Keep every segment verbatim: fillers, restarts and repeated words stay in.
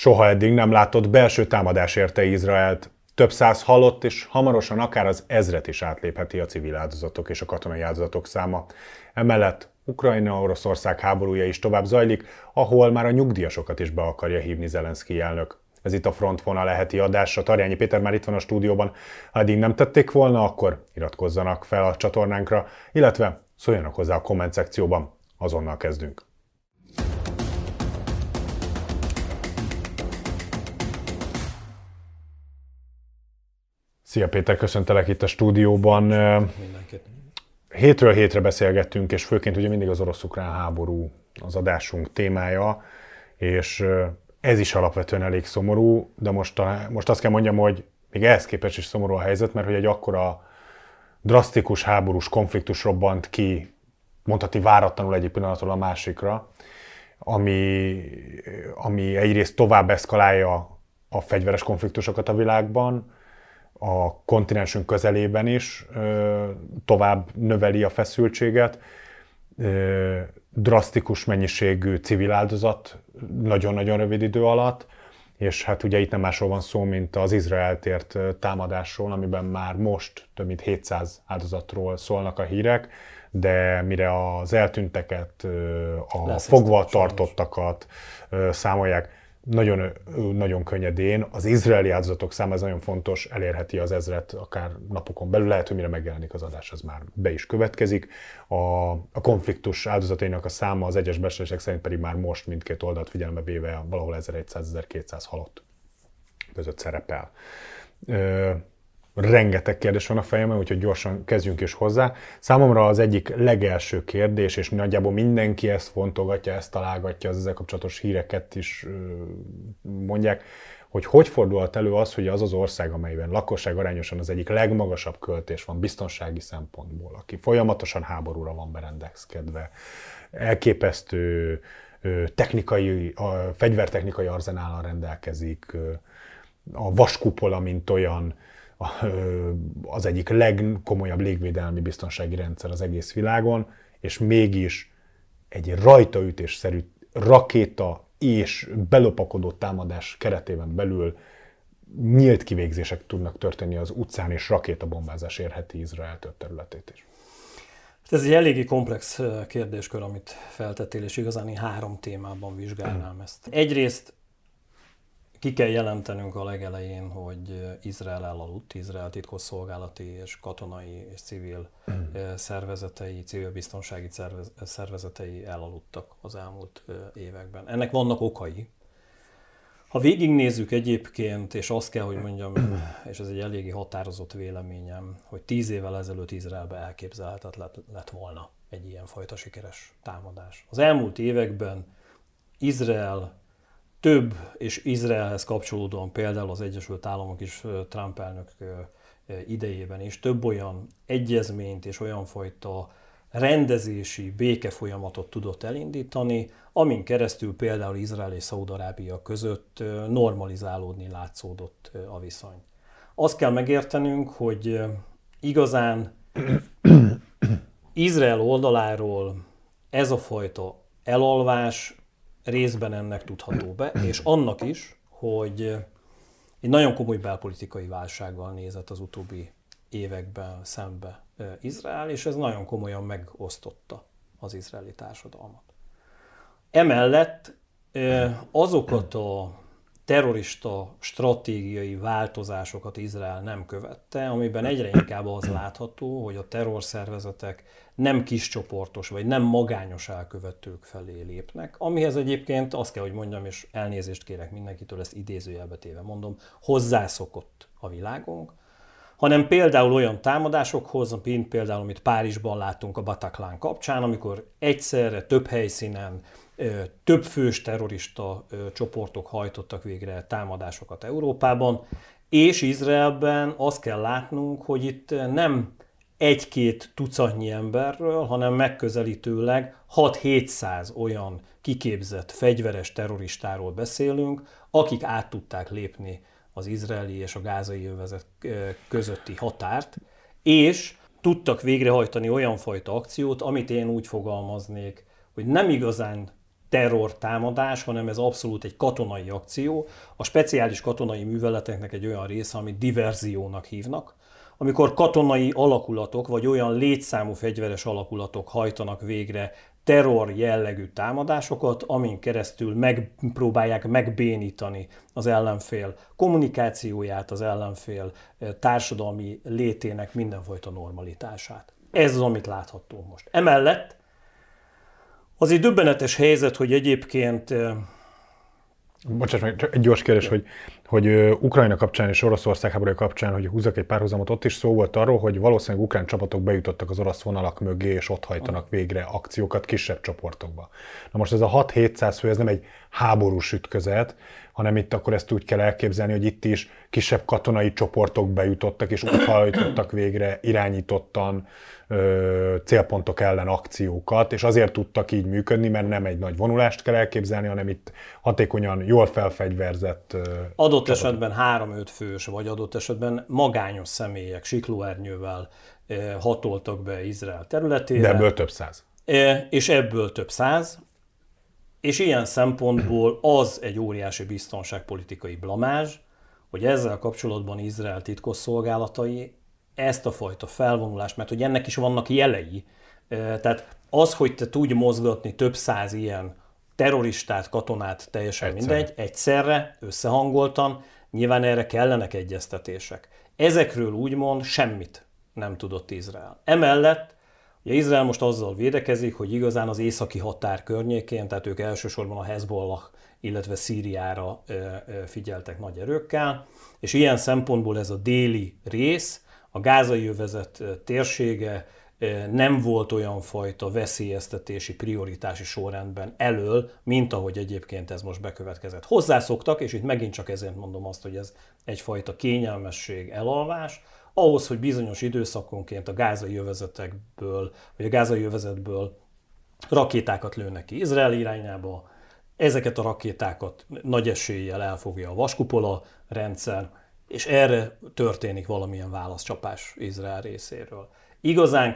Soha eddig nem látott belső támadás érte Izraelt. Több száz halott, és hamarosan akár az ezret is átlépheti a civil áldozatok és a katonai áldozatok száma. Emellett Ukrajna-Oroszország háborúja is tovább zajlik, ahol már a nyugdíjasokat is be akarja hívni Zelenszkij elnök. Ez itt a Frontvonal heti adása. Tarjányi Péter már itt van a stúdióban. Ha eddig nem tették volna, akkor iratkozzanak fel a csatornánkra, illetve szóljanak hozzá a komment szekcióban. Azonnal kezdünk. Szia Péter, köszöntelek itt a stúdióban. Mindenkit. Hétről hétre beszélgettünk, és főként ugye mindig az orosz-ukrán háború az adásunk témája, és ez is alapvetően elég szomorú, de most, most azt kell mondjam, hogy még ehhez képest is szomorú a helyzet, mert hogy egy akkora drasztikus háborús konfliktus robbant ki, mondhatni váratlanul egyik pillanatról a másikra, ami, ami egyrészt tovább eszkalálja a fegyveres konfliktusokat a világban, a kontinensünk közelében is tovább növeli a feszültséget, drasztikus mennyiségű civil áldozat nagyon-nagyon rövid idő alatt, és hát ugye itt nem másról van szó, mint az Izraelt ért támadásról, amiben már most több mint hétszáz áldozatról szólnak a hírek, de mire az eltűnteket, a fogva tartottakat számolják, nagyon, nagyon könnyedén. Az izraeli áldozatok száma, ez nagyon fontos, elérheti az ezret akár napokon belül, lehet, hogy mire megjelenik az adás, az már be is következik. A, a konfliktus áldozatainak a száma az egyes becslések szerint pedig már most mindkét oldalt figyelembe véve valahol ezerszáz-ezerkétszáz halott között szerepel. Ö, rengeteg kérdés van a fejemben, úgyhogy gyorsan kezdjünk is hozzá. Számomra az egyik legelső kérdés, és nagyjából mindenki ezt fontolgatja, ezt találgatja, az ezzel kapcsolatos híreket is mondják, hogy hogy fordulhat elő az, hogy az az ország, amelyben lakosság arányosan az egyik legmagasabb költés van biztonsági szempontból, aki folyamatosan háborúra van berendezkedve, elképesztő technikai, fegyvertechnikai arzenállal rendelkezik, a vaskupola, mint olyan, az egyik legkomolyabb légvédelmi biztonsági rendszer az egész világon, és mégis egy rajtaütésszerű rakéta és belopakodó támadás keretében belül nyílt kivégzések tudnak történni az utcán, és rakétabombázás érheti Izrael több területét is. Ez egy eléggé komplex kérdéskör, amit feltettél, és igazán én három témában vizsgálnám ezt. Egyrészt ki kell jelentenünk a legelején, hogy Izrael elaludt, Izrael titkosszolgálati és katonai és civil szervezetei, civil biztonsági szervezetei elaludtak az elmúlt években. Ennek vannak okai. Ha végignézzük egyébként, és azt kell, hogy mondjam, és ez egy eléggé határozott véleményem, hogy tíz évvel ezelőtt Izraelbe elképzelhetetlen lett volna egy ilyenfajta sikeres támadás. Az elmúlt években Izrael több, és Izraelhez kapcsolódóan például az Egyesült Államok is Trump elnök idejében is több olyan egyezményt és olyan fajta rendezési békefolyamatot tudott elindítani, amin keresztül például Izrael és Szaúd-Arábia között normalizálódni látszódott a viszony. Azt kell megértenünk, hogy igazán Izrael oldaláról ez a fajta elalvás részben ennek tudható be, és annak is, hogy egy nagyon komoly belpolitikai válsággal nézett az utóbbi években szembe Izrael, és ez nagyon komolyan megosztotta az izraeli társadalmat. Emellett azokat a terrorista stratégiai változásokat Izrael nem követte, amiben egyre inkább az látható, hogy a terrorszervezetek nem kiscsoportos vagy nem magányos elkövetők felé lépnek, amihez egyébként azt kell, hogy mondjam, és elnézést kérek mindenkitől, ezt idézőjelbe téve mondom, hozzászokott a világunk, hanem például olyan támadásokhoz, mint például, amit Párizsban láttunk a Bataclan kapcsán, amikor egyszerre több helyszínen több fős terrorista csoportok hajtottak végre támadásokat Európában, és Izraelben azt kell látnunk, hogy itt nem egy-két tucatnyi emberről, hanem megközelítőleg hat-hétszáz olyan kiképzett fegyveres terroristáról beszélünk, akik át tudták lépni az izraeli és a gázai övezet közötti határt, és tudtak végrehajtani olyan fajta akciót, amit én úgy fogalmaznék, hogy nem igazán terrortámadás, hanem ez abszolút egy katonai akció. A speciális katonai műveleteknek egy olyan része, amit diverziónak hívnak, amikor katonai alakulatok, vagy olyan létszámú fegyveres alakulatok hajtanak végre terror jellegű támadásokat, amin keresztül megpróbálják megbénítani az ellenfél kommunikációját, az ellenfél társadalmi létének mindenfajta normalitását. Ez az, amit láthattunk most. Emellett az egy döbbenetes helyzet, hogy egyébként... Bocsáss meg, csak egy gyors kérdés, hogy, hogy Ukrajna kapcsán és Oroszország háborúja kapcsán, hogy húzzak egy párhuzamot, ott is szó volt arról, hogy valószínűleg ukrán csapatok bejutottak az orosz vonalak mögé, és ott hajtanak végre akciókat kisebb csoportokba. Na most ez a hat-hétszáz fő, ez nem egy háborús ütközet, hanem itt akkor ezt úgy kell elképzelni, hogy itt is kisebb katonai csoportok bejutottak, és ott hajtottak végre irányítottan ö, célpontok ellen akciókat, és azért tudtak így működni, mert nem egy nagy vonulást kell elképzelni, hanem itt hatékonyan, jól felfegyverzett ö, adott csapatok. esetben három-öt fős, vagy adott esetben magányos személyek siklóernyővel ö, hatoltak be Izrael területére. De ebből több száz. Ö, és ebből több száz. És ilyen szempontból az egy óriási biztonságpolitikai blamázs, hogy ezzel kapcsolatban Izrael titkosszolgálatai ezt a fajta felvonulást, mert hogy ennek is vannak jelei. Tehát az, hogy te tudj mozgatni több száz ilyen terroristát, katonát, teljesen Egyszer. mindegy, egyszerre, összehangoltan, nyilván erre kellenek egyeztetések. Ezekről úgymond semmit nem tudott Izrael. Emellett ugye Izrael most azzal védekezik, hogy igazán az északi határ környékén, tehát ők elsősorban a Hezbollah, illetve Szíriára figyeltek nagy erőkkel, és ilyen szempontból ez a déli rész, a gázai övezet térsége nem volt olyan fajta veszélyeztetési, prioritási sorrendben elől, mint ahogy egyébként ez most bekövetkezett. Hozzászoktak, és itt megint csak ezért mondom azt, hogy ez egyfajta kényelmesség, elalvás, ahhoz, hogy bizonyos időszakonként a gázai övezetekből, vagy a gázai övezetből rakétákat lőnek ki Izrael irányába, ezeket a rakétákat nagy eséllyel elfogja a vaskupola rendszer, és erre történik valamilyen válaszcsapás Izrael részéről. Igazán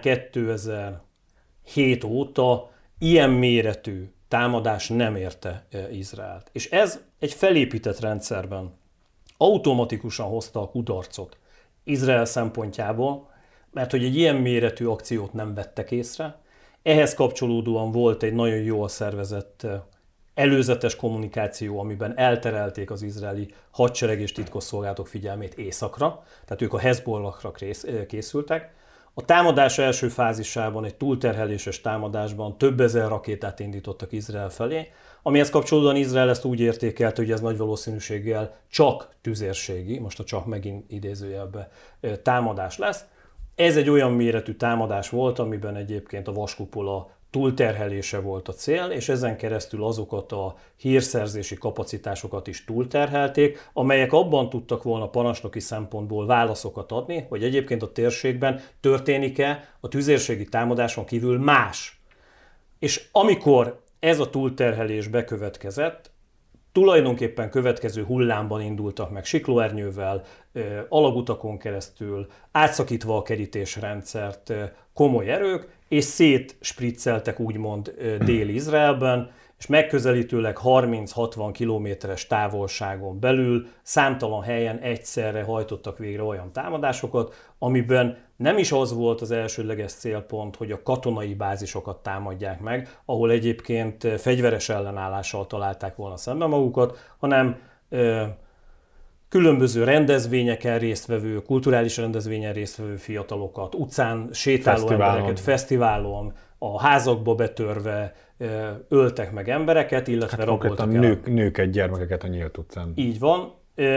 kétezer-hét óta ilyen méretű támadás nem érte Izraelt. És ez egy felépített rendszerben automatikusan hozta a kudarcot Izrael szempontjából, mert hogy egy ilyen méretű akciót nem vettek észre. Ehhez kapcsolódóan volt egy nagyon jól szervezett előzetes kommunikáció, amiben elterelték az izraeli hadsereg és titkosszolgálatok figyelmét északra, tehát ők a Hezbollahra készültek. A támadás első fázisában, egy túlterheléses támadásban több ezer rakétát indítottak Izrael felé, amihez kapcsolódóan Izrael ezt úgy értékelte, hogy ez nagy valószínűséggel csak tüzérségi, most a csak megint idézőjelbe támadás lesz. Ez egy olyan méretű támadás volt, amiben egyébként a vaskupola túlterhelése volt a cél, és ezen keresztül azokat a hírszerzési kapacitásokat is túlterhelték, amelyek abban tudtak volna parancsnoki szempontból válaszokat adni, hogy egyébként a térségben történik-e a tüzérségi támadáson kívül más. És amikor ez a túlterhelés bekövetkezett, tulajdonképpen következő hullámban indultak meg siklóernyővel, alagutakon keresztül, átszakítva a kerítésrendszert komoly erők, és szétspricceltek úgymond Dél-Izraelben, és megközelítőleg harminc-hatvan kilométeres távolságon belül számtalan helyen egyszerre hajtottak végre olyan támadásokat, amiben nem is az volt az elsődleges célpont, hogy a katonai bázisokat támadják meg, ahol egyébként fegyveres ellenállással találták volna szembe magukat, hanem ö, különböző rendezvényeken résztvevő, kulturális rendezvényen résztvevő fiatalokat, utcán sétáló Fesztiválon. embereket, fesztiválon, a házakba betörve öltek meg embereket, illetve Hát raboltak el. nők, nőket, gyermekeket a nyílt utcán. Így van,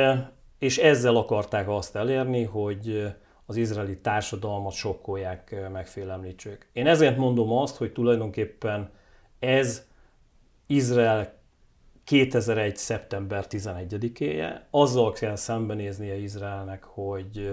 és ezzel akarták azt elérni, hogy az izraeli társadalmat sokkolják, megfélemlítsék. Én ezért mondom azt, hogy tulajdonképpen ez Izrael kétezer-egy. szeptember tizenegyedikéje, azzal kell szembenéznie Izraelnek, hogy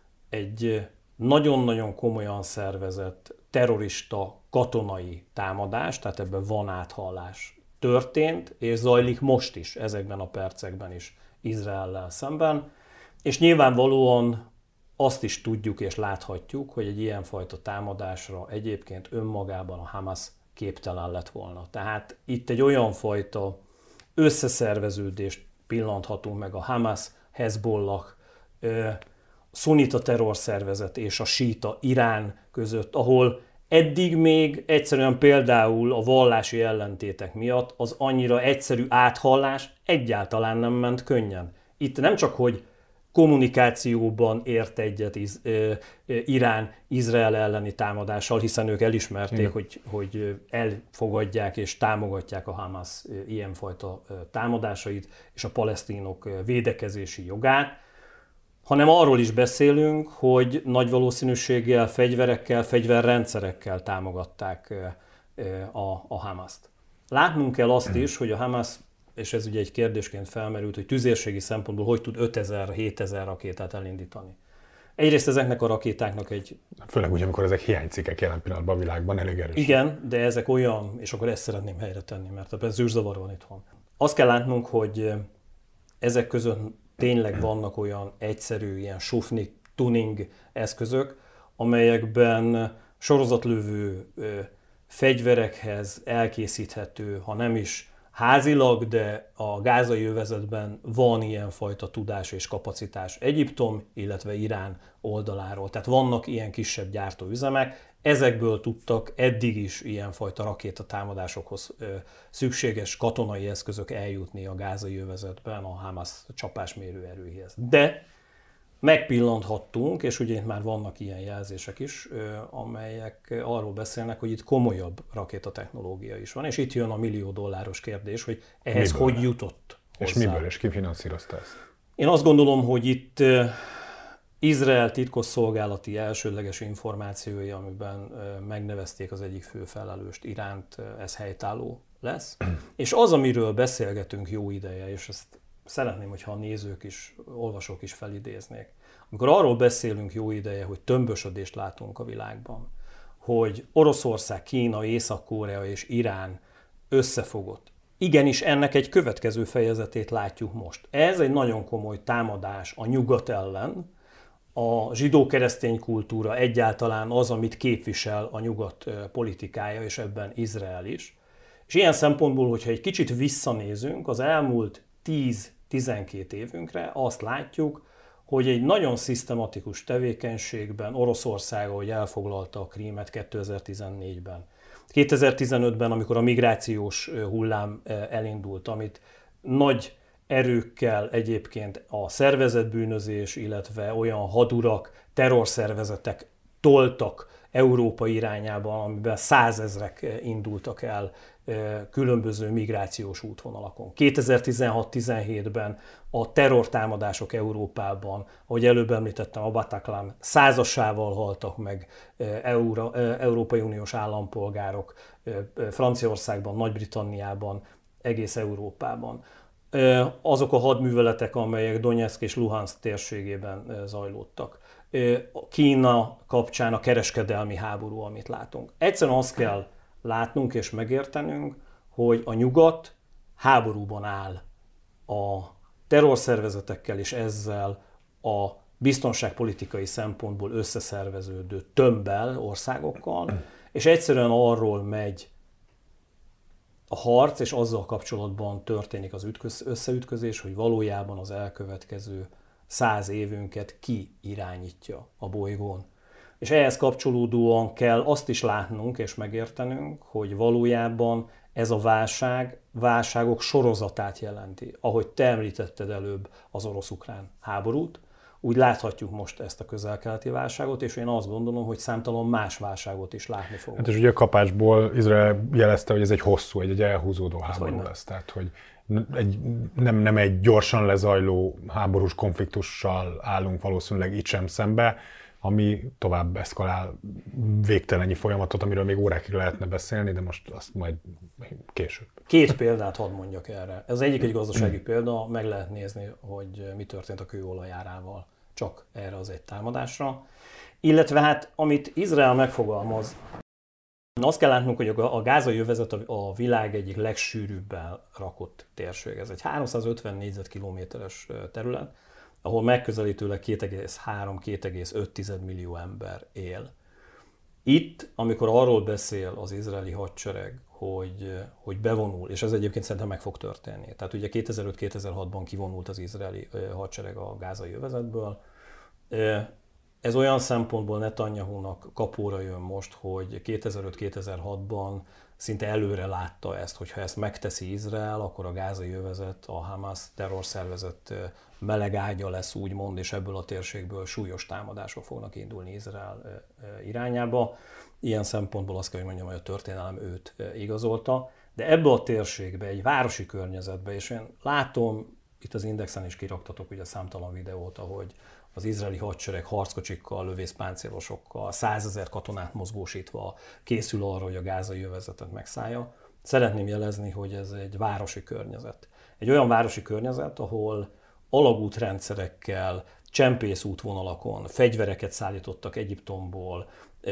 egy nagyon-nagyon komolyan szervezett terrorista katonai támadás, tehát ebben van áthallás történt, és zajlik most is, ezekben a percekben is Izraellel szemben, és nyilvánvalóan azt is tudjuk és láthatjuk, hogy egy ilyenfajta támadásra egyébként önmagában a Hamas képtelen lett volna. Tehát itt egy olyan fajta összeszerveződést pillanthatunk meg a Hamas, Hezbollah, szunita terrorszervezet és a síta Irán között, ahol eddig még egyszerűen például a vallási ellentétek miatt az annyira egyszerű áthallás egyáltalán nem ment könnyen. Itt nem csak, hogy kommunikációban ért egyet iz, ö, ö, Irán Izrael elleni támadással, hiszen ők elismerték, mm. hogy, hogy elfogadják és támogatják a Hamas ilyenfajta támadásait és a palesztinok védekezési jogát, hanem arról is beszélünk, hogy nagy valószínűséggel fegyverekkel, fegyverrendszerekkel támogatták a, a Hamaszt. Látnunk kell azt is, hogy a Hamas, és ez ugye egy kérdésként felmerült, hogy tüzérségi szempontból hogy tud ötezer-hétezer rakétát elindítani. Egyrészt ezeknek a rakétáknak egy... Főleg úgy, amikor ezek hiánycikkek jelen pillanatban a világban elég erős. Igen, de ezek olyan, és akkor ezt szeretném helyre tenni, mert ebben zűrzavar van itthon. Azt kell látnunk, hogy ezek között tényleg vannak olyan egyszerű, ilyen sufni tuning eszközök, amelyekben sorozatlövő fegyverekhez elkészíthető, ha nem is házilag, de a gázai övezetben van ilyenfajta tudás és kapacitás Egyiptom, illetve Irán oldaláról. Tehát vannak ilyen kisebb gyártóüzemek, ezekből tudtak eddig is ilyenfajta rakétatámadásokhoz szükséges katonai eszközök eljutni a gázai övezetben a Hamas csapásmérő erőihez. De megpillanthattunk, és ugye itt már vannak ilyen jelzések is, amelyek arról beszélnek, hogy itt komolyabb rakétatechnológia is van, és itt jön a millió dolláros kérdés, hogy ehhez miből? Hogy jutott hozzá. És miből, és ki finanszírozta ezt? Én azt gondolom, hogy itt Izrael titkosszolgálati elsődleges információi, amiben megnevezték az egyik fő felelőst, Iránt, ez helytálló lesz. És az, amiről beszélgetünk jó ideje, és ezt szeretném, hogyha a nézők is, olvasók is felidéznék. Amikor arról beszélünk jó ideje, hogy tömbösödést látunk a világban, hogy Oroszország, Kína, Észak-Korea és Irán összefogott. Igenis, ennek egy következő fejezetét látjuk most. Ez egy nagyon komoly támadás a nyugat ellen, a zsidó-keresztény kultúra egyáltalán az, amit képvisel a nyugat politikája, és ebben Izrael is. És ilyen szempontból, hogyha egy kicsit visszanézünk, az elmúlt tíz-tizenkét évünkre azt látjuk, hogy egy nagyon szisztematikus tevékenységben Oroszország, ahogy elfoglalta a Krímet kétezer-tizennégyben, kétezer-tizenötben, amikor a migrációs hullám elindult, amit nagy erőkkel egyébként a szervezetbűnözés, illetve olyan hadurak, terrorszervezetek toltak Európa irányában, amiben százezrek indultak el különböző migrációs útvonalakon. kétezer-tizenhat-tizenhétben a terrortámadások Európában, ahogy előbb említettem, a Bataclan százasával haltak meg Euró, Európai Uniós állampolgárok Franciaországban, Nagy-Britanniában, egész Európában. Azok a hadműveletek, amelyek Donetsk és Luhansk térségében zajlódtak. Kína kapcsán a kereskedelmi háború, amit látunk. Egyszerűen azt kell látnunk és megértenünk, hogy a nyugat háborúban áll a terrorszervezetekkel és ezzel a biztonságpolitikai szempontból összeszerveződő tömbbel, országokkal, és egyszerűen arról megy a harc, és azzal kapcsolatban történik az ütköz, összeütközés, hogy valójában az elkövetkező száz évünket ki irányítja a bolygón. És ehhez kapcsolódóan kell azt is látnunk és megértenünk, hogy valójában ez a válság válságok sorozatát jelenti. Ahogy te említetted előbb az orosz-ukrán háborút, úgy láthatjuk most ezt a közel-keleti válságot, és én azt gondolom, hogy számtalan más válságot is látni fogunk. Hát és ugye a kapásból Izrael jelezte, hogy ez egy hosszú, egy, egy elhúzódó háború lesz. Tehát, hogy egy, nem, nem egy gyorsan lezajló háborús konfliktussal állunk valószínűleg itt sem szembe, ami tovább eszkalál végtelennyi folyamatot, amiről még órákig lehetne beszélni, de most azt majd később. Két példát hadd mondjak erre. Ez egyik egy gazdasági példa, meg lehet nézni, hogy mi történt a kőolajárával csak erre az egy támadásra. Illetve hát, amit Izrael megfogalmaz, azt kell látnunk, hogy a gázai övezet a világ egyik legsűrűbben rakott térség. Ez egy háromszázötven négyzetkilométeres terület, ahol megközelítőleg két egész három-két egész öt millió ember él. Itt, amikor arról beszél az izraeli hadsereg, hogy, hogy bevonul, és ez egyébként szerintem meg fog történni. Tehát ugye kétezer-öt kétezer-hatban kivonult az izraeli hadsereg a gázai övezetből. Ez olyan szempontból Netanyahunak kapóra jön most, hogy kétezer-öt kétezer-hatban szinte előre látta ezt, hogy ha ezt megteszi Izrael, akkor a gázai övezet, a Hamas terrorszervezet meleg ágya lesz, úgymond, és ebből a térségből súlyos támadások fognak indulni Izrael irányába. Ilyen szempontból azt kell, hogy mondjam, hogy a történelem őt igazolta, de ebbe a térségbe, egy városi környezetbe, és én látom, itt az Indexen is kiraktatok ugye számtalan videót, ahogy az izraeli hadsereg harckocsikkal, lövészpáncélosokkal, százezer katonát mozgósítva készül arra, hogy a gázai övezetet megszállja. Szeretném jelezni, hogy ez egy városi környezet. Egy olyan városi környezet, ahol alagútrendszerekkel, csempészútvonalakon fegyvereket szállítottak Egyiptomból,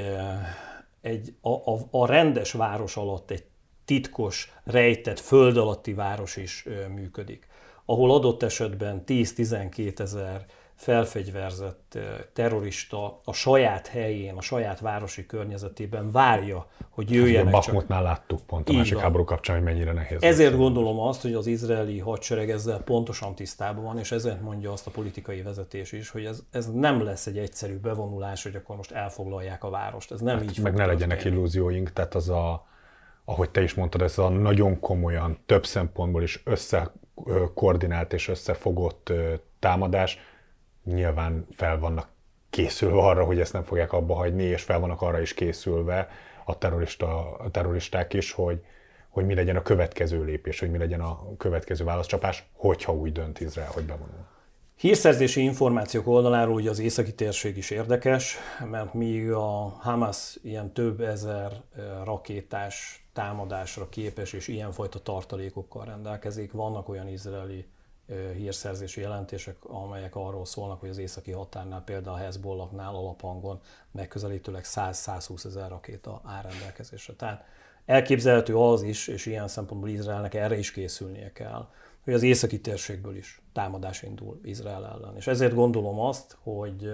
egy, a, a, a rendes város alatt egy titkos, rejtett, föld alatti város is működik, ahol adott esetben tíz-tizenkét ezer felfegyverzett terrorista a saját helyén, a saját városi környezetében várja, hogy jöjjenek. Csak... Bakhmutnál láttuk pont a így másik van. háború kapcsán, hogy mennyire nehéz. Ezért lesz. Gondolom azt, hogy az izraeli hadsereg ezzel pontosan tisztában van, és ezért mondja azt a politikai vezetés is, hogy ez, ez nem lesz egy egyszerű bevonulás, hogy akkor most elfoglalják a várost. Ez nem hát így meg ne legyenek illúzióink, tehát az a, ahogy te is mondtad, ez a nagyon komolyan, több szempontból is összekoordinált és összefogott támadás, nyilván fel vannak készülve arra, hogy ezt nem fogják abba hagyni, és fel vannak arra is készülve a, terrorista, a terroristák is, hogy, hogy mi legyen a következő lépés, hogy mi legyen a következő válaszcsapás, hogyha úgy dönt Izrael, hogy bevonul. Hírszerzési információk oldaláról ugye az északi térség is érdekes, mert míg a Hamas ilyen több ezer rakétás támadásra képes és ilyenfajta tartalékokkal rendelkezik, vannak olyan izraeli hírszerzési jelentések, amelyek arról szólnak, hogy az északi határnál, például a Hezbollahnál alaphangon megközelítőleg száz-százhúsz ezer rakéta áll rendelkezésre. Tehát elképzelhető az is, és ilyen szempontból Izraelnek erre is készülnie kell, hogy az északi térségből is támadás indul Izrael ellen. És ezért gondolom azt, hogy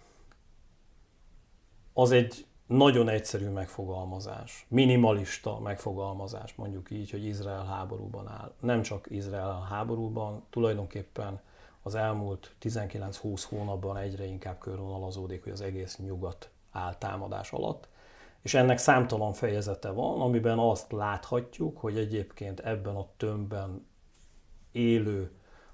az egy nagyon egyszerű megfogalmazás, minimalista megfogalmazás, mondjuk így, hogy Izrael háborúban áll. Nem csak Izrael háborúban, tulajdonképpen az elmúlt tizenkilenc-húsz hónapban egyre inkább körvonalazódik, hogy az egész nyugat áll támadás alatt. És ennek számtalan fejezete van, amiben azt láthatjuk, hogy egyébként ebben a tömbben élő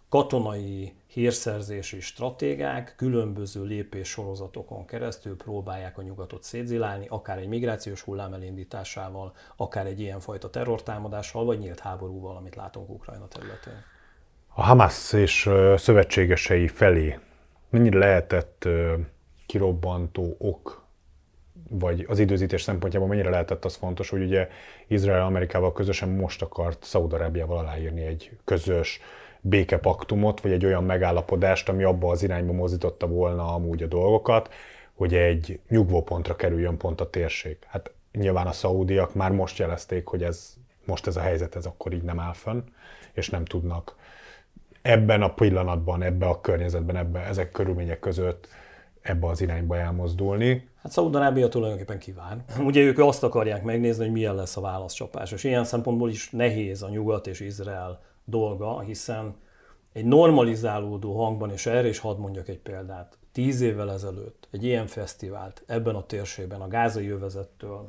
katonai hírszerzési stratégák különböző lépéssorozatokon keresztül próbálják a nyugatot szétzilálni, akár egy migrációs hullám elindításával, akár egy ilyenfajta terrortámadással, vagy nyílt háborúval, amit látunk Ukrajna területén. A Hamas és szövetségesei felé mennyire lehetett kirobbantó ok, vagy az időzítés szempontjából mennyire lehetett az fontos, hogy ugye Izrael Amerikával közösen most akart Szaúd-Arábiával aláírni egy közös békepaktumot, vagy egy olyan megállapodást, ami abba az irányba mozdította volna amúgy a dolgokat, hogy egy nyugvópontra kerüljön pont a térség. Hát nyilván a szaúdiak már most jelezték, hogy ez, most ez a helyzet, ez akkor így nem áll fönn, és nem tudnak ebben a pillanatban, ebben a környezetben, ebben, ezek körülmények között ebbe az irányba elmozdulni. Hát Szaúd-Arábia tulajdonképpen kíván. Ugye ők azt akarják megnézni, hogy milyen lesz a válaszcsapás, és ilyen szempontból is nehéz a nyugat és Izrael dolga, hiszen egy normalizálódó hangban, és erre is hadd mondjak egy példát, tíz évvel ezelőtt egy ilyen fesztivált ebben a térségben, a gázai övezettől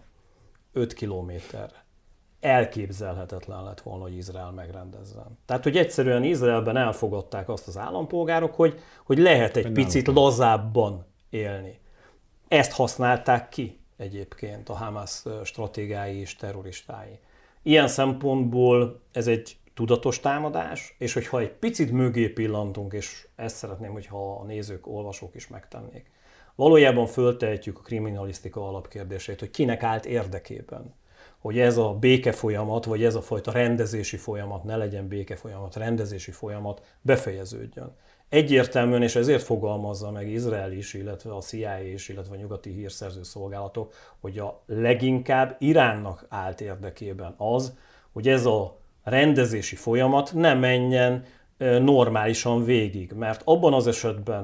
öt kilométerre elképzelhetetlen lett volna, hogy Izrael megrendezzen. Tehát, hogy egyszerűen Izraelben elfogadták azt az állampolgárok, hogy, hogy lehet egy picit lazábban élni. Ezt használták ki egyébként a Hamas stratégái és terroristái. Ilyen szempontból ez egy tudatos támadás, és hogyha egy picit mögé pillantunk, és ezt szeretném, hogyha a nézők, olvasók is megtennék, valójában föltehetjük a kriminalisztika alapkérdését, hogy kinek állt érdekében, hogy ez a békefolyamat, vagy ez a fajta rendezési folyamat, ne legyen békefolyamat, rendezési folyamat befejeződjön. Egyértelműen, és ezért fogalmazza meg Izrael is, illetve a C I A is, illetve a nyugati hírszerző szolgálatok, hogy a leginkább Iránnak állt érdekében az, hogy ez a rendezési folyamat ne menjen normálisan végig. Mert abban az esetben,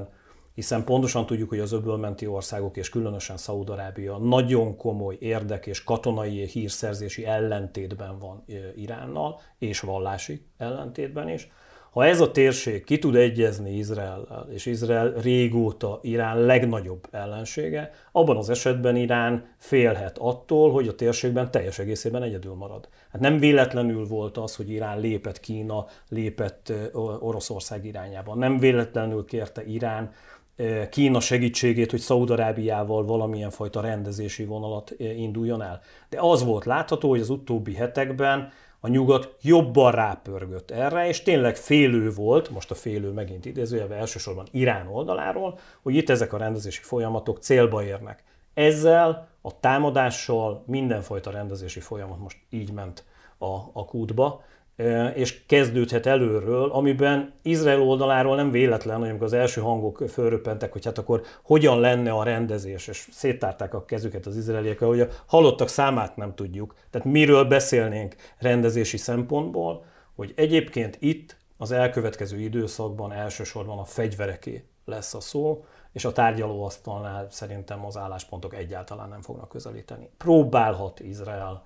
hiszen pontosan tudjuk, hogy az öbölmenti országok és különösen Szaúd-Arábia nagyon komoly érdek és katonai hírszerzési ellentétben van Iránnal, és vallási ellentétben is. Ha ez a térség ki tud egyezni Izraellel, és Izrael régóta Irán legnagyobb ellensége, abban az esetben Irán félhet attól, hogy a térségben teljes egészében egyedül marad. Hát nem véletlenül volt az, hogy Irán lépett Kína, lépett Oroszország irányába. Nem véletlenül kérte Irán Kína segítségét, hogy Szaúd-Arábiával valamilyen fajta rendezési vonalat induljon el. De az volt látható, hogy az utóbbi hetekben a nyugat jobban rápörgött erre, és tényleg félő volt, most a félő megint idézőjelben elsősorban Irán oldaláról, hogy itt ezek a rendezési folyamatok célba érnek. Ezzel a támadással mindenfajta rendezési folyamat most így ment a, a kútba, és kezdődhet előről, amiben Izrael oldaláról nem véletlen, hogy amikor az első hangok fölröppentek, hogy hát akkor hogyan lenne a rendezés, és széttárták a kezüket az izraeliekkel, hogy a halottak számát nem tudjuk. Tehát miről beszélnénk rendezési szempontból, hogy egyébként itt az elkövetkező időszakban elsősorban a fegyvereké lesz a szó, és a tárgyalóasztalnál szerintem az álláspontok egyáltalán nem fognak közelíteni. Próbálhat Izrael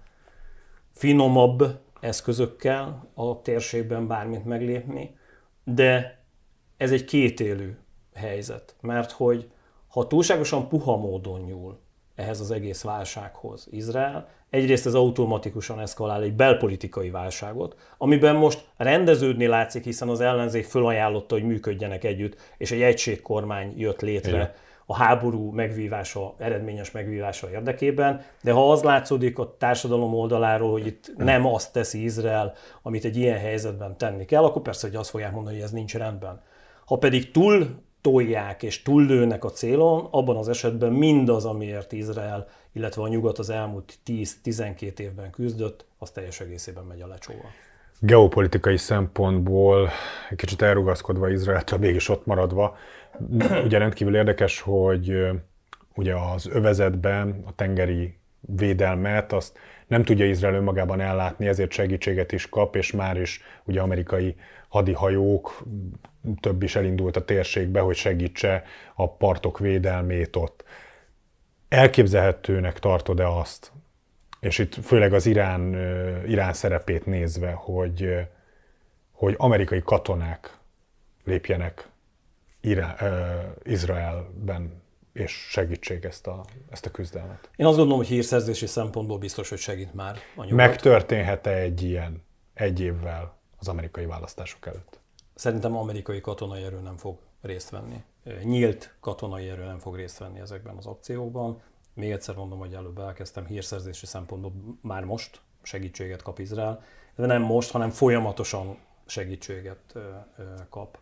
finomabb eszközökkel a térségben bármit meglépni, de ez egy kétélű helyzet, mert hogy ha túlságosan puha módon nyúl ehhez az egész válsághoz Izrael, egyrészt ez automatikusan eszkalál egy belpolitikai válságot, amiben most rendeződni látszik, hiszen az ellenzék fölajánlotta, hogy működjenek együtt, és egy egységkormány jött létre, igen, a háború megvívása, eredményes megvívása érdekében, de ha az látszódik a társadalom oldaláról, hogy itt nem azt teszi Izrael, amit egy ilyen helyzetben tenni kell, akkor persze, hogy azt fogják mondani, hogy ez nincs rendben. Ha pedig túl tolják és túllőnek a célon, abban az esetben mindaz, amiért Izrael, illetve a nyugat az elmúlt tíz-tizenkét évben küzdött, az teljes egészében megy a lecsóval. Geopolitikai szempontból, egy kicsit elrugaszkodva Izraeltől, mégis ott maradva, ugye rendkívül érdekes, hogy ugye az övezetben a tengeri védelmet azt nem tudja Izrael önmagában ellátni, ezért segítséget is kap, és már is ugye amerikai hadihajók, több is elindult a térségbe, hogy segítse a partok védelmét ott. Elképzelhetőnek tartod-e azt, és itt főleg az Irán, Irán szerepét nézve, hogy, hogy amerikai katonák lépjenek Irán, Izraelben, és segítsék ezt a, ezt a küzdelmet? Én azt gondolom, hogy hírszerzési szempontból biztos, hogy segít már a nyugat. Megtörténhet-e egy ilyen egy évvel az amerikai választások előtt? Szerintem amerikai katonai erő nem fog részt venni. Nyílt katonai erő nem fog részt venni ezekben az akciókban. Még egyszer mondom, hogy előbb elkezdtem, hírszerzési szempontból már most segítséget kap Izrael, de nem most, hanem folyamatosan segítséget kap.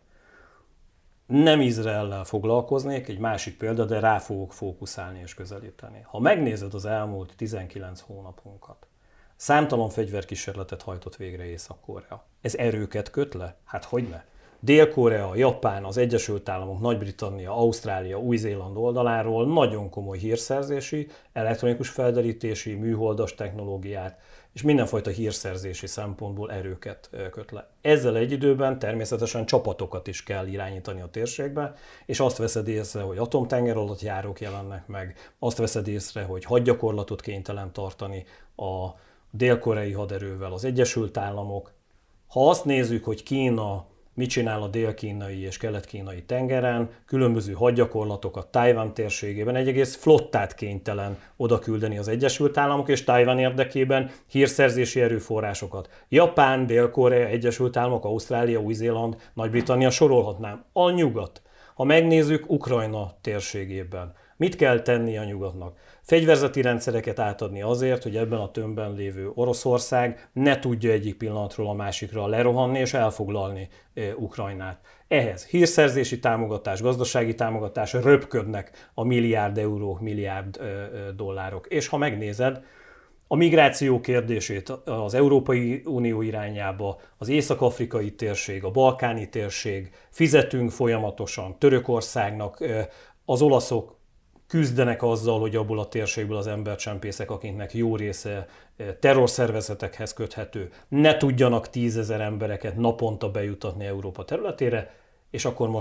Nem Izraellel foglalkoznék, egy másik példa, de rá fogok fókuszálni és közelíteni. Ha megnézed az elmúlt tizenkilenc hónapunkat, számtalan fegyverkísérletet hajtott végre Észak-Korea. Ez erőket köt le? Hát hogyne? Dél-Korea, Japán, az Egyesült Államok, Nagy-Britannia, Ausztrália, Új-Zéland oldaláról nagyon komoly hírszerzési, elektronikus felderítési, műholdas technológiát és mindenfajta hírszerzési szempontból erőket köt le. Ezzel egy időben természetesen csapatokat is kell irányítani a térségbe, és azt veszed észre, hogy atomtenger alatt járók jelennek meg, azt veszed észre, hogy hadgyakorlatot kénytelen tartani a dél-koreai haderővel az Egyesült Államok. Ha azt nézzük, hogy Kína mit csinál a dél-kínai és kelet-kínai tengeren, különböző hadgyakorlatokat Tajvan térségében, egy egész flottát kénytelen oda küldeni az Egyesült Államok, és Tajvan érdekében hírszerzési erőforrásokat. Japán, Dél-Korea, Egyesült Államok, Ausztrália, Új-Zéland, Nagy-Britannia, sorolhatnám. A nyugat. Ha megnézzük Ukrajna térségében, mit kell tenni a nyugatnak? Fegyverzeti rendszereket átadni azért, hogy ebben a tömbben lévő Oroszország ne tudja egyik pillanatról a másikra lerohanni és elfoglalni e, Ukrajnát. Ehhez hírszerzési támogatás, gazdasági támogatás, röpködnek a milliárd eurók, milliárd e, e, dollárok. És ha megnézed, a migráció kérdését az Európai Unió irányába, az észak-afrikai térség, a balkáni térség, fizetünk folyamatosan Törökországnak, e, az olaszok küzdenek azzal, hogy abból a térségből az embercsempészek, akiknek jó része terrorszervezetekhez köthető, ne tudjanak tízezer embereket naponta bejutatni Európa területére, és akkor most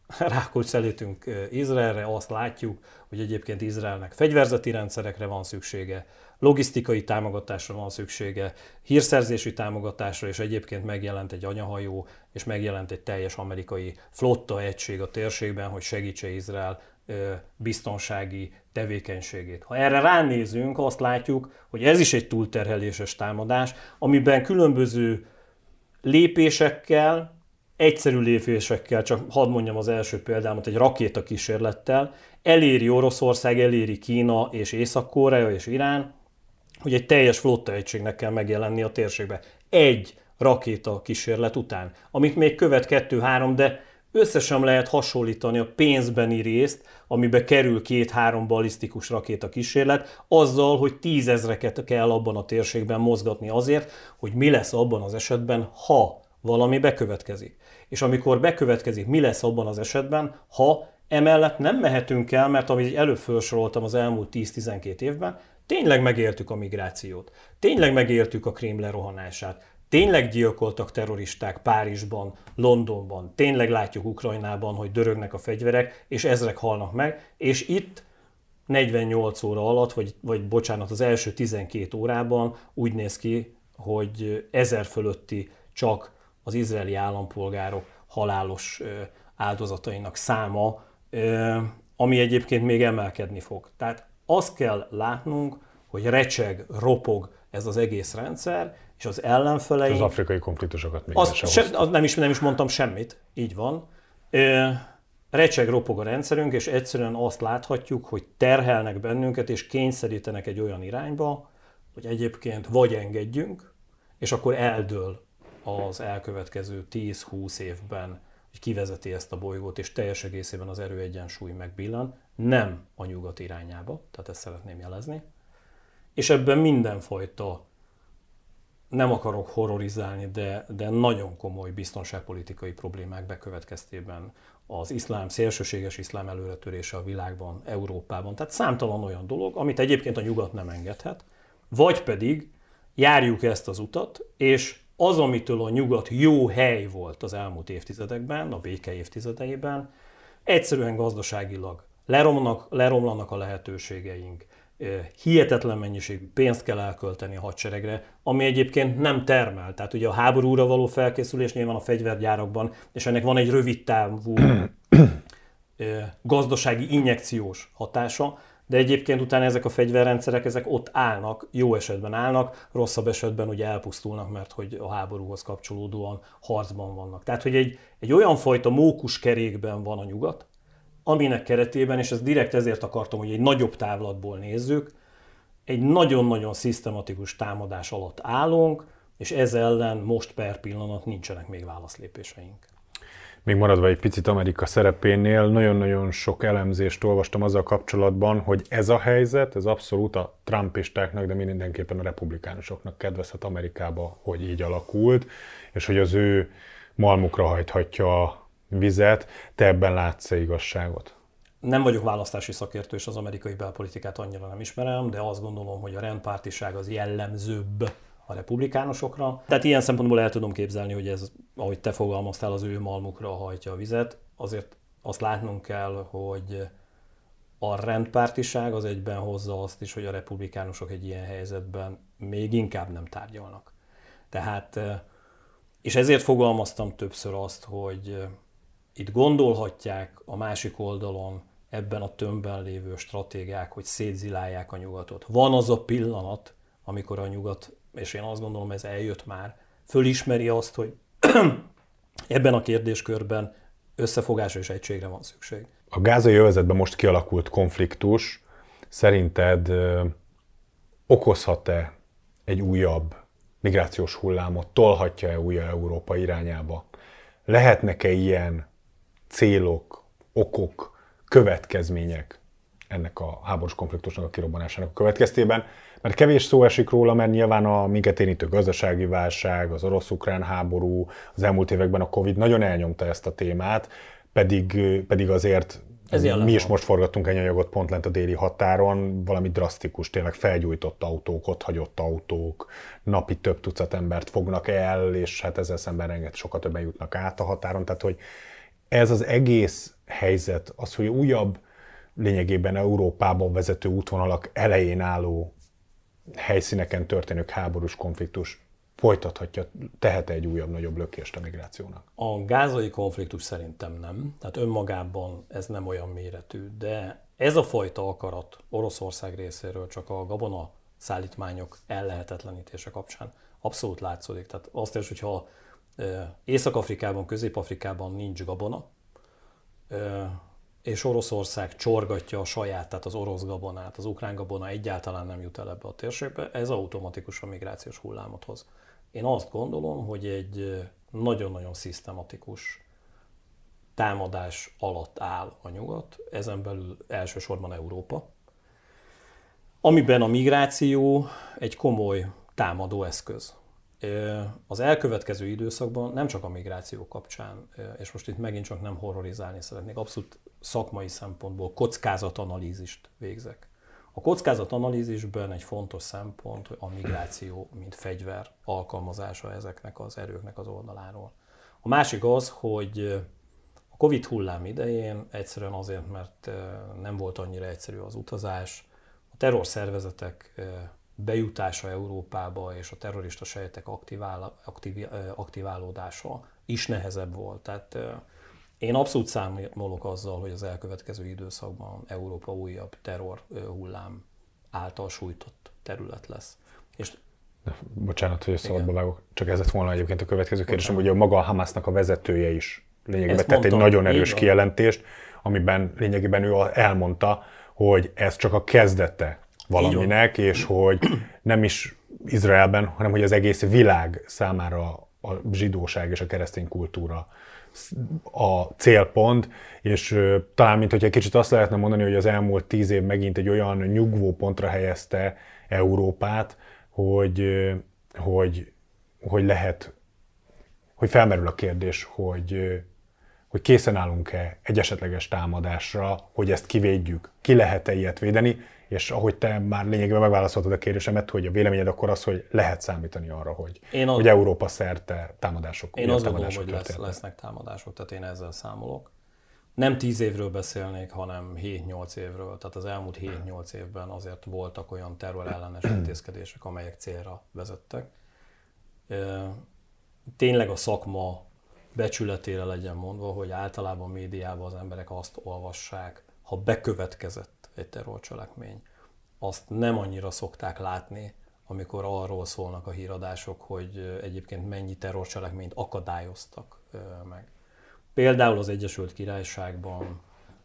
rákóczelítünk Izraelre, azt látjuk, hogy egyébként Izraelnek fegyverzeti rendszerekre van szüksége, logisztikai támogatásra van szüksége, hírszerzési támogatásra, és egyébként megjelent egy anyahajó, és megjelent egy teljes amerikai flotta egység a térségben, hogy segítse Izrael biztonsági tevékenységét. Ha erre ránézünk, azt látjuk, hogy ez is egy túlterheléses támadás, amiben különböző lépésekkel, egyszerű lépésekkel, csak hadd mondjam az első példámat, egy rakétakísérlettel eléri Oroszország, eléri Kína és Észak-Korea és Irán, hogy egy teljes flottaegységnek kell megjelenni a térségbe. Egy rakétakísérlet után, amit még követ kettő-három, de összesen lehet hasonlítani a pénzbeni részt, amibe kerül két-három balisztikus rakétakísérlet, azzal, hogy tízezreket kell abban a térségben mozgatni azért, hogy mi lesz abban az esetben, ha valami bekövetkezik. És amikor bekövetkezik, mi lesz abban az esetben, ha emellett nem mehetünk el, mert amit előbb felsoroltam az elmúlt tíz-tizenkét évben, tényleg megéltük a migrációt, tényleg megéltük a Krím lerohanását, tényleg gyilkoltak terroristák Párizsban, Londonban, tényleg látjuk Ukrajnában, hogy dörögnek a fegyverek, és ezrek halnak meg, és itt negyvennyolc óra alatt, vagy, vagy bocsánat, az első tizenkét órában úgy néz ki, hogy ezer fölötti csak az izraeli állampolgárok halálos áldozatainak száma, ami egyébként még emelkedni fog. Tehát azt kell látnunk, hogy recseg, ropog ez az egész rendszer, és az ellenfelei... Az afrikai konfliktusokat még azt se, az nem, is, nem is mondtam semmit, így van. Recseg, ropog a rendszerünk, és egyszerűen azt láthatjuk, hogy terhelnek bennünket, és kényszerítenek egy olyan irányba, hogy egyébként vagy engedjünk, és akkor eldől az elkövetkező tíz-húsz évben, hogy kivezeti ezt a bolygót, és teljes egészében az erőegyensúly megbillan, nem a nyugat irányába, tehát ezt szeretném jelezni. És ebben mindenfajta, nem akarok horrorizálni, de, de nagyon komoly biztonságpolitikai problémák bekövetkeztében az iszlám, szélsőséges iszlám előretörése a világban, Európában. Tehát számtalan olyan dolog, amit egyébként a nyugat nem engedhet, vagy pedig járjuk ezt az utat, és az, amitől a nyugat jó hely volt az elmúlt évtizedekben, a béke évtizedeiben, egyszerűen gazdaságilag leromlanak, leromlanak a lehetőségeink, hihetetlen mennyiségű pénzt kell elkölteni a hadseregre, ami egyébként nem termel. Tehát ugye a háborúra való felkészülés nyilván a fegyvergyárakban, és ennek van egy rövid távú gazdasági injekciós hatása, de egyébként utána ezek a fegyverrendszerek, ezek ott állnak, jó esetben állnak, rosszabb esetben ugye elpusztulnak, mert hogy a háborúhoz kapcsolódóan harcban vannak. Tehát, hogy egy, egy olyan fajta mókuskerékben van a nyugat, aminek keretében, és ezt direkt ezért akartam, hogy egy nagyobb távlatból nézzük, egy nagyon-nagyon szisztematikus támadás alatt állunk, és ez ellen most per pillanat nincsenek még válaszlépéseink. Még maradva egy picit Amerika szerepénél, nagyon-nagyon sok elemzést olvastam azzal kapcsolatban, hogy ez a helyzet, ez abszolút a trumpistáknak, de mindenképpen a republikánusoknak kedvezhet Amerikába, hogy így alakult, és hogy az ő malmukra hajthatja a vizet. Te ebben látsz-e igazságot? Nem vagyok választási szakértő, és az amerikai belpolitikát annyira nem ismerem, de azt gondolom, hogy a rendpártiság az jellemzőbb a republikánusokra. Tehát ilyen szempontból el tudom képzelni, hogy ez, ahogy te fogalmaztál, az ő malmukra hajtja a vizet. Azért azt látnunk kell, hogy a rendpártiság az egyben hozza azt is, hogy a republikánusok egy ilyen helyzetben még inkább nem tárgyalnak. Tehát, és ezért fogalmaztam többször azt, hogy itt gondolhatják a másik oldalon ebben a tömbben lévő stratégák, hogy szétzilálják a nyugatot. Van az a pillanat, amikor a nyugat, és én azt gondolom, ez eljött már, fölismeri azt, hogy ebben a kérdéskörben összefogásra és egységre van szükség. A gázai övezetben most kialakult konfliktus szerinted ö, okozhat-e egy újabb migrációs hullámot, tolhatja-e újra Európa irányába? Lehetnek-e ilyen célok, okok, következmények ennek a háborús konfliktusnak a kirobbanásának a következtében? Mert kevés szó esik róla, mert nyilván a minket érintő gazdasági válság, az orosz-ukrán háború, az elmúlt években a Covid nagyon elnyomta ezt a témát, pedig, pedig azért mi is most forgattunk egy anyagot pont lent a déli határon, valami drasztikus, tényleg felgyújtott autók, ott hagyott autók, napi több tucat embert fognak el, és hát ezzel szemben rengeteg sokkal többen jutnak át a határon, tehát hogy ez az egész helyzet, az, hogy újabb, lényegében Európában vezető útvonalak elején álló helyszíneken történő háborús konfliktus folytathatja, tehet egy újabb, nagyobb lökést a migrációnak? A gázai konfliktus szerintem nem, tehát önmagában ez nem olyan méretű, de ez a fajta akarat Oroszország részéről csak a gabona szállítmányok ellehetetlenítése kapcsán abszolút látszódik. Tehát azt is, hogyha Észak-Afrikában, Közép-Afrikában nincs gabona, és Oroszország csorgatja a saját, tehát az orosz gabonát, az ukrán gabona egyáltalán nem jut el ebbe a térségbe, ez automatikusan migrációs hullámot hoz. Én azt gondolom, hogy egy nagyon-nagyon szisztematikus támadás alatt áll a nyugat, ezen belül elsősorban Európa, amiben a migráció egy komoly támadó eszköz. Az elkövetkező időszakban nem csak a migráció kapcsán, és most itt megint csak nem horrorizálni szeretnék, abszolút szakmai szempontból kockázatanalízist végzek. A kockázatanalízisben egy fontos szempont a migráció, mint fegyver alkalmazása ezeknek az erőknek az oldaláról. A másik az, hogy a Covid hullám idején egyszerűen azért, mert nem volt annyira egyszerű az utazás, a terrorszervezetek bejutása Európába és a terrorista sejtek aktivál, aktiv, aktiválódása is nehezebb volt. Tehát én abszolút számolok azzal, hogy az elkövetkező időszakban Európa újabb terror hullám által sújtott terület lesz. És bocsánat, hogy szabadba vágok, csak ez lett volna egyébként a következő kérdésem, hogy maga a Hamásznak a vezetője is lényegében tett egy nagyon erős kijelentést, amiben lényegében ő elmondta, hogy ez csak a kezdete valaminek, és hogy nem is Izraelben, hanem hogy az egész világ számára a zsidóság és a keresztény kultúra a célpont, és talán, mint hogy egy kicsit azt lehetne mondani, hogy az elmúlt tíz év megint egy olyan nyugvópontra helyezte Európát, hogy, hogy, hogy lehet, hogy felmerül a kérdés, hogy, hogy készen állunk-e egy esetleges támadásra, hogy ezt kivédjük, ki lehet-e ilyet védeni, és ahogy te már lényegében megválaszoltad a kérdésemet, hogy a véleményed akkor az, hogy lehet számítani arra, hogy, az, hogy Európa szerte támadások. Én azt gondolom, hogy lesz, lesznek támadások, tehát én ezzel számolok. Nem tíz évről beszélnék, hanem hét-nyolc évről. Tehát az elmúlt hét-nyolc évben azért voltak olyan terrorellenes intézkedések, amelyek célra vezettek. Tényleg a szakma becsületére legyen mondva, hogy általában médiában az emberek azt olvassák, ha bekövetkezett egy terrorcselekmény, azt nem annyira szokták látni, amikor arról szólnak a híradások, hogy egyébként mennyi terrorcselekményt akadályoztak meg. Például az Egyesült Királyságban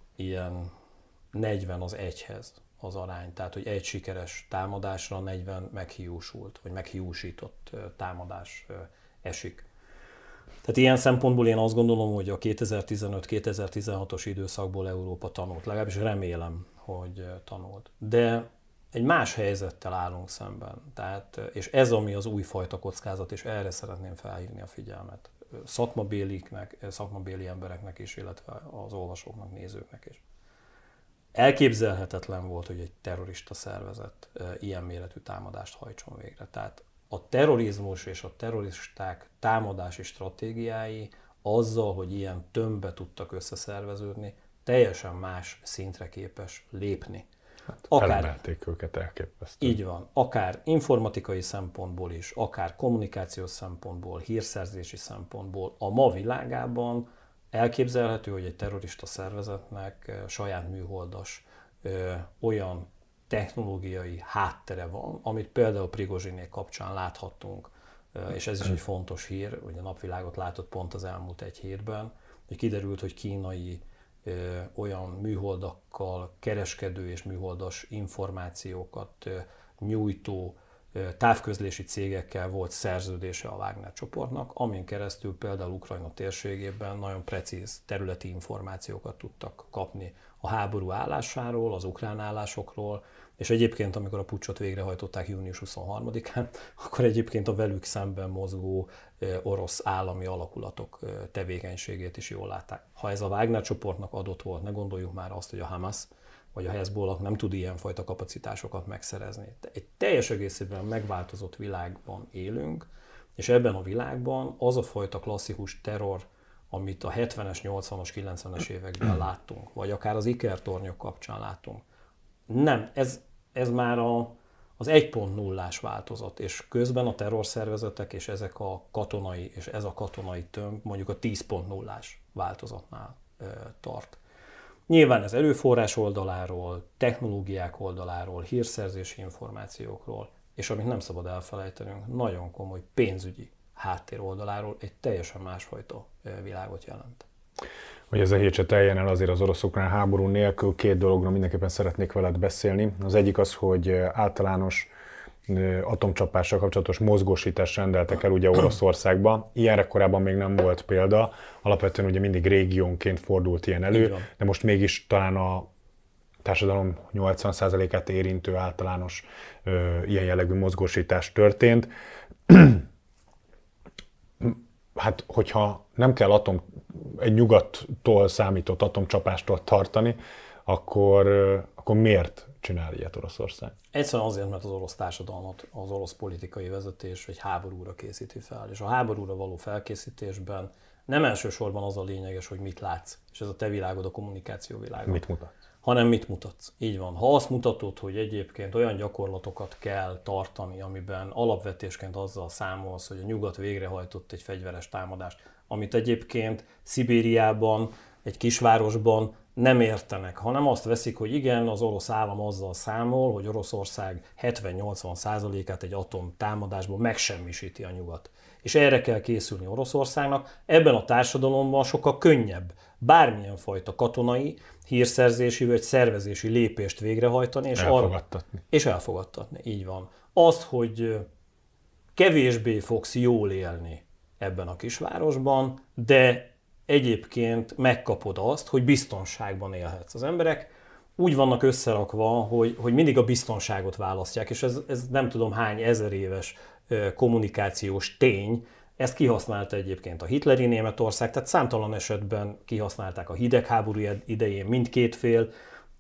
ilyen negyven az egyhez az arány, tehát hogy egy sikeres támadásra negyven meghiúsult, vagy meghiúsított támadás esik. Tehát ilyen szempontból én azt gondolom, hogy a kétezer-tizenöt kétezer-tizenhatos időszakból Európa tanult, legalábbis remélem, hogy tanult. De egy más helyzettel állunk szemben, tehát, és ez ami az újfajta kockázat, és erre szeretném felhívni a figyelmet szakmabéliknek, szakmabéli embereknek is, illetve az olvasóknak, nézőknek is. Elképzelhetetlen volt, hogy egy terrorista szervezet ilyen méretű támadást hajtson végre. Tehát a terrorizmus és a terroristák támadási stratégiái azzal, hogy ilyen tömbbe tudtak összeszerveződni, teljesen más szintre képes lépni. Hát akár őket elképesztő. Így van, akár informatikai szempontból is, akár kommunikációs szempontból, hírszerzési szempontból. A ma világában elképzelhető, hogy egy terrorista szervezetnek saját műholdas ö, olyan technológiai háttere van, amit például Prigozsinék kapcsán láthattunk, és ez is egy fontos hír, hogy a napvilágot látott pont az elmúlt egy hétben, hogy kiderült, hogy kínai ö, olyan műholdakkal kereskedő és műholdas információkat ö, nyújtó ö, távközlési cégekkel volt szerződése a Wagner csoportnak, amin keresztül például Ukrajna térségében nagyon precíz területi információkat tudtak kapni a háború állásáról, az ukrán állásokról, és egyébként, amikor a puccsot végrehajtották június huszonharmadikán, akkor egyébként a velük szemben mozgó orosz állami alakulatok tevékenységét is jól látták. Ha ez a Wagner csoportnak adott volt, ne gondoljuk már azt, hogy a Hamas vagy a Hezbollah nem tud ilyenfajta kapacitásokat megszerezni. Egy teljes egészében megváltozott világban élünk, és ebben a világban az a fajta klasszikus terror amit a hetvenes, nyolcvanas, kilencvenes években láttunk, vagy akár az ikertornyok kapcsán láttunk. Nem, ez, ez már a, az egy pont nullás változat, és közben a terrorszervezetek és ezek a katonai, és ez a katonai tömb mondjuk a tíz pont nullás változatnál e, tart. Nyilván ez erőforrás oldaláról, technológiák oldaláról, hírszerzési információkról, és amit nem szabad elfelejtenünk, nagyon komoly pénzügyi háttér oldaláról egy teljesen másfajta világot jelent. Hogy ez a hír se teljen el azért az orosz-ukrán háború nélkül, két dologra mindenképpen szeretnék veled beszélni. Az egyik az, hogy általános atomcsapással kapcsolatos mozgósítást rendeltek el ugye Oroszországba. Ilyenre korábban még nem volt példa. Alapvetően ugye mindig régiónként fordult ilyen elő, de most mégis talán a társadalom nyolcvan százalékát érintő általános ö, ilyen jellegű mozgósítás történt. Hát, hogyha nem kell atom, egy nyugattól számított atomcsapástól tartani, akkor, akkor miért csinál ilyet Oroszország? Egyszerűen azért, mert az orosz társadalmat, az orosz politikai vezetés egy háborúra készíti fel. És a háborúra való felkészítésben nem elsősorban az a lényeges, hogy mit látsz, és ez a te világod, a kommunikáció világod. Mit mutatsz? Hanem mit mutatsz. Így van. Ha azt mutatod, hogy egyébként olyan gyakorlatokat kell tartani, amiben alapvetésként azzal számolsz, hogy a nyugat végrehajtott egy fegyveres támadást, amit egyébként Szibériában, egy kisvárosban nem értenek, hanem azt veszik, hogy igen, az orosz állam azzal számol, hogy Oroszország hetven-nyolcvan százalékát egy atom támadásból megsemmisíti a nyugat. És erre kell készülni Oroszországnak. Ebben a társadalomban sokkal könnyebb bármilyen fajta katonai, hírszerzési vagy szervezési lépést végrehajtani, és elfogadtatni. Arra, és elfogadtatni, így van. Azt, hogy kevésbé fogsz jól élni ebben a kisvárosban, de egyébként megkapod azt, hogy biztonságban élhetsz. Az emberek úgy vannak összerakva, hogy, hogy mindig a biztonságot választják, és ez, ez nem tudom hány ezer éves kommunikációs tény. Ezt kihasználta egyébként a hitleri Németország, tehát számtalan esetben kihasználták a hidegháború idején mindkét fél.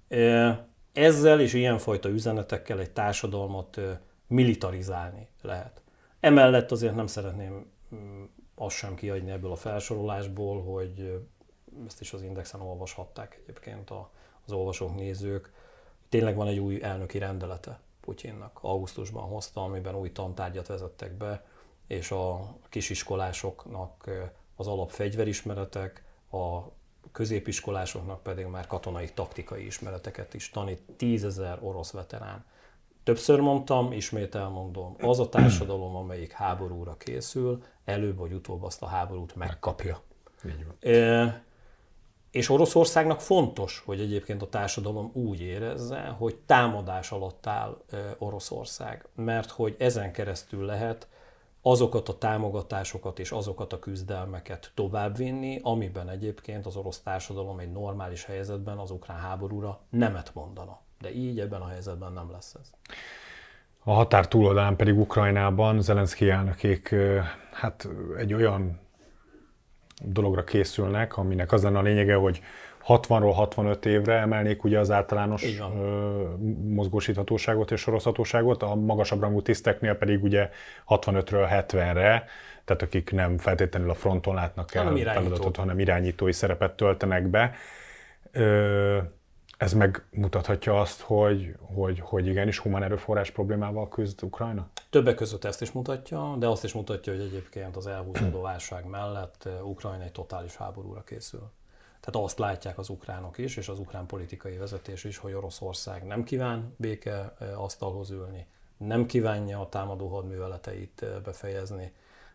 Ezzel és ilyenfajta üzenetekkel egy társadalmat militarizálni lehet. Emellett azért nem szeretném azt sem kiadni ebből a felsorolásból, hogy ezt is az Indexen olvashatták egyébként az olvasók, nézők. Tényleg van egy új elnöki rendelete Putyinnak. Augusztusban hozta, amiben új tantárgyat vezettek be, és a kisiskolásoknak az alapfegyverismeretek, a középiskolásoknak pedig már katonai taktikai ismereteket is tanít. Tízezer orosz veterán. Többször mondtam, ismét elmondom, az a társadalom, amelyik háborúra készül, előbb vagy utóbb azt a háborút megkapja. Így van. E, és Oroszországnak fontos, hogy egyébként a társadalom úgy érezze, hogy támadás alatt áll Oroszország, mert hogy ezen keresztül lehet azokat a támogatásokat és azokat a küzdelmeket továbbvinni, amiben egyébként az orosz társadalom egy normális helyzetben az ukrán háborúra nemet mondana. De így ebben a helyzetben nem lesz ez. A határ túloldalán pedig Ukrajnában Zelenszkij elnökék hát egy olyan dologra készülnek, aminek az lenne a lényege, hogy hatvanról hatvanöt évre emelnék ugye az általános ö, mozgósíthatóságot és sorozhatóságot, a magasabb rangú tiszteknél pedig ugye hatvanötről hetvenre, tehát akik nem feltétlenül a fronton látnak el feladatot, hanem irányítói szerepet töltenek be. Ö, ez megmutathatja azt, hogy, hogy, hogy igenis humán erőforrás problémával küzd Ukrajna? Többek között ezt is mutatja, de azt is mutatja, hogy egyébként az elhúzódó válság mellett Ukrajna egy totális háborúra készül. Tehát azt látják az ukránok is, és az ukrán politikai vezetés is, hogy Oroszország nem kíván béke asztalhoz ülni, nem kívánja a támadó hadműveleteit befejezni,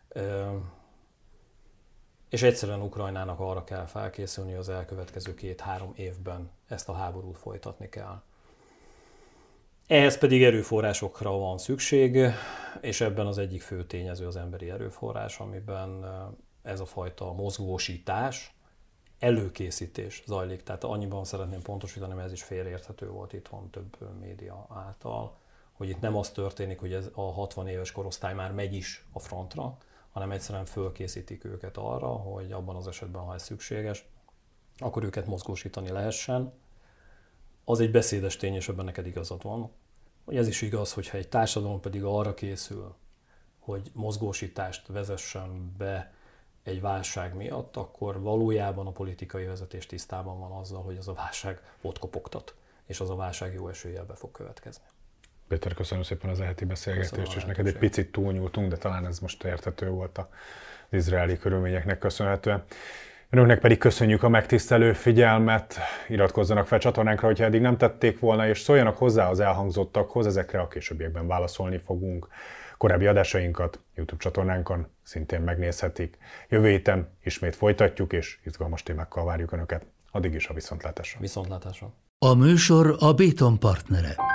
és egyszerűen Ukrajnának arra kell felkészülni, hogy az elkövetkező két-három évben ezt a háborút folytatni kell. Ehhez pedig erőforrásokra van szükség, és ebben az egyik fő tényező az emberi erőforrás, amiben ez a fajta mozgósítás, előkészítés zajlik. Tehát annyiban szeretném pontosítani, mert ez is félreérthető volt itthon több média által, hogy itt nem az történik, hogy ez a hatvan éves korosztály már megy is a frontra, hanem egyszerűen fölkészítik őket arra, hogy abban az esetben, ha ez szükséges, akkor őket mozgósítani lehessen. Az egy beszédes tény, és ebben neked igazad van, hogy ez is igaz, hogyha egy társadalom pedig arra készül, hogy mozgósítást vezessen be egy válság miatt, akkor valójában a politikai vezetés tisztában van azzal, hogy az a válság ott kopogtat, és az a válság jó eséllyel be fog következni. Péter, köszönöm szépen az eheti beszélgetést, és neked egy picit túlnyúltunk, de talán ez most érthető volt az izraeli körülményeknek köszönhetően. Önöknek pedig köszönjük a megtisztelő figyelmet, iratkozzanak fel csatornánkra, hogyha eddig nem tették volna, és szóljanak hozzá az elhangzottakhoz, ezekre a későbbiekben válaszolni fogunk. Korábbi adásainkat YouTube csatornánkon szintén megnézhetik. Jövő héten ismét folytatjuk, és izgalmas témákkal várjuk Önöket. Addig is a viszontlátásra. Viszontlátásra. A műsor a Béton partnere.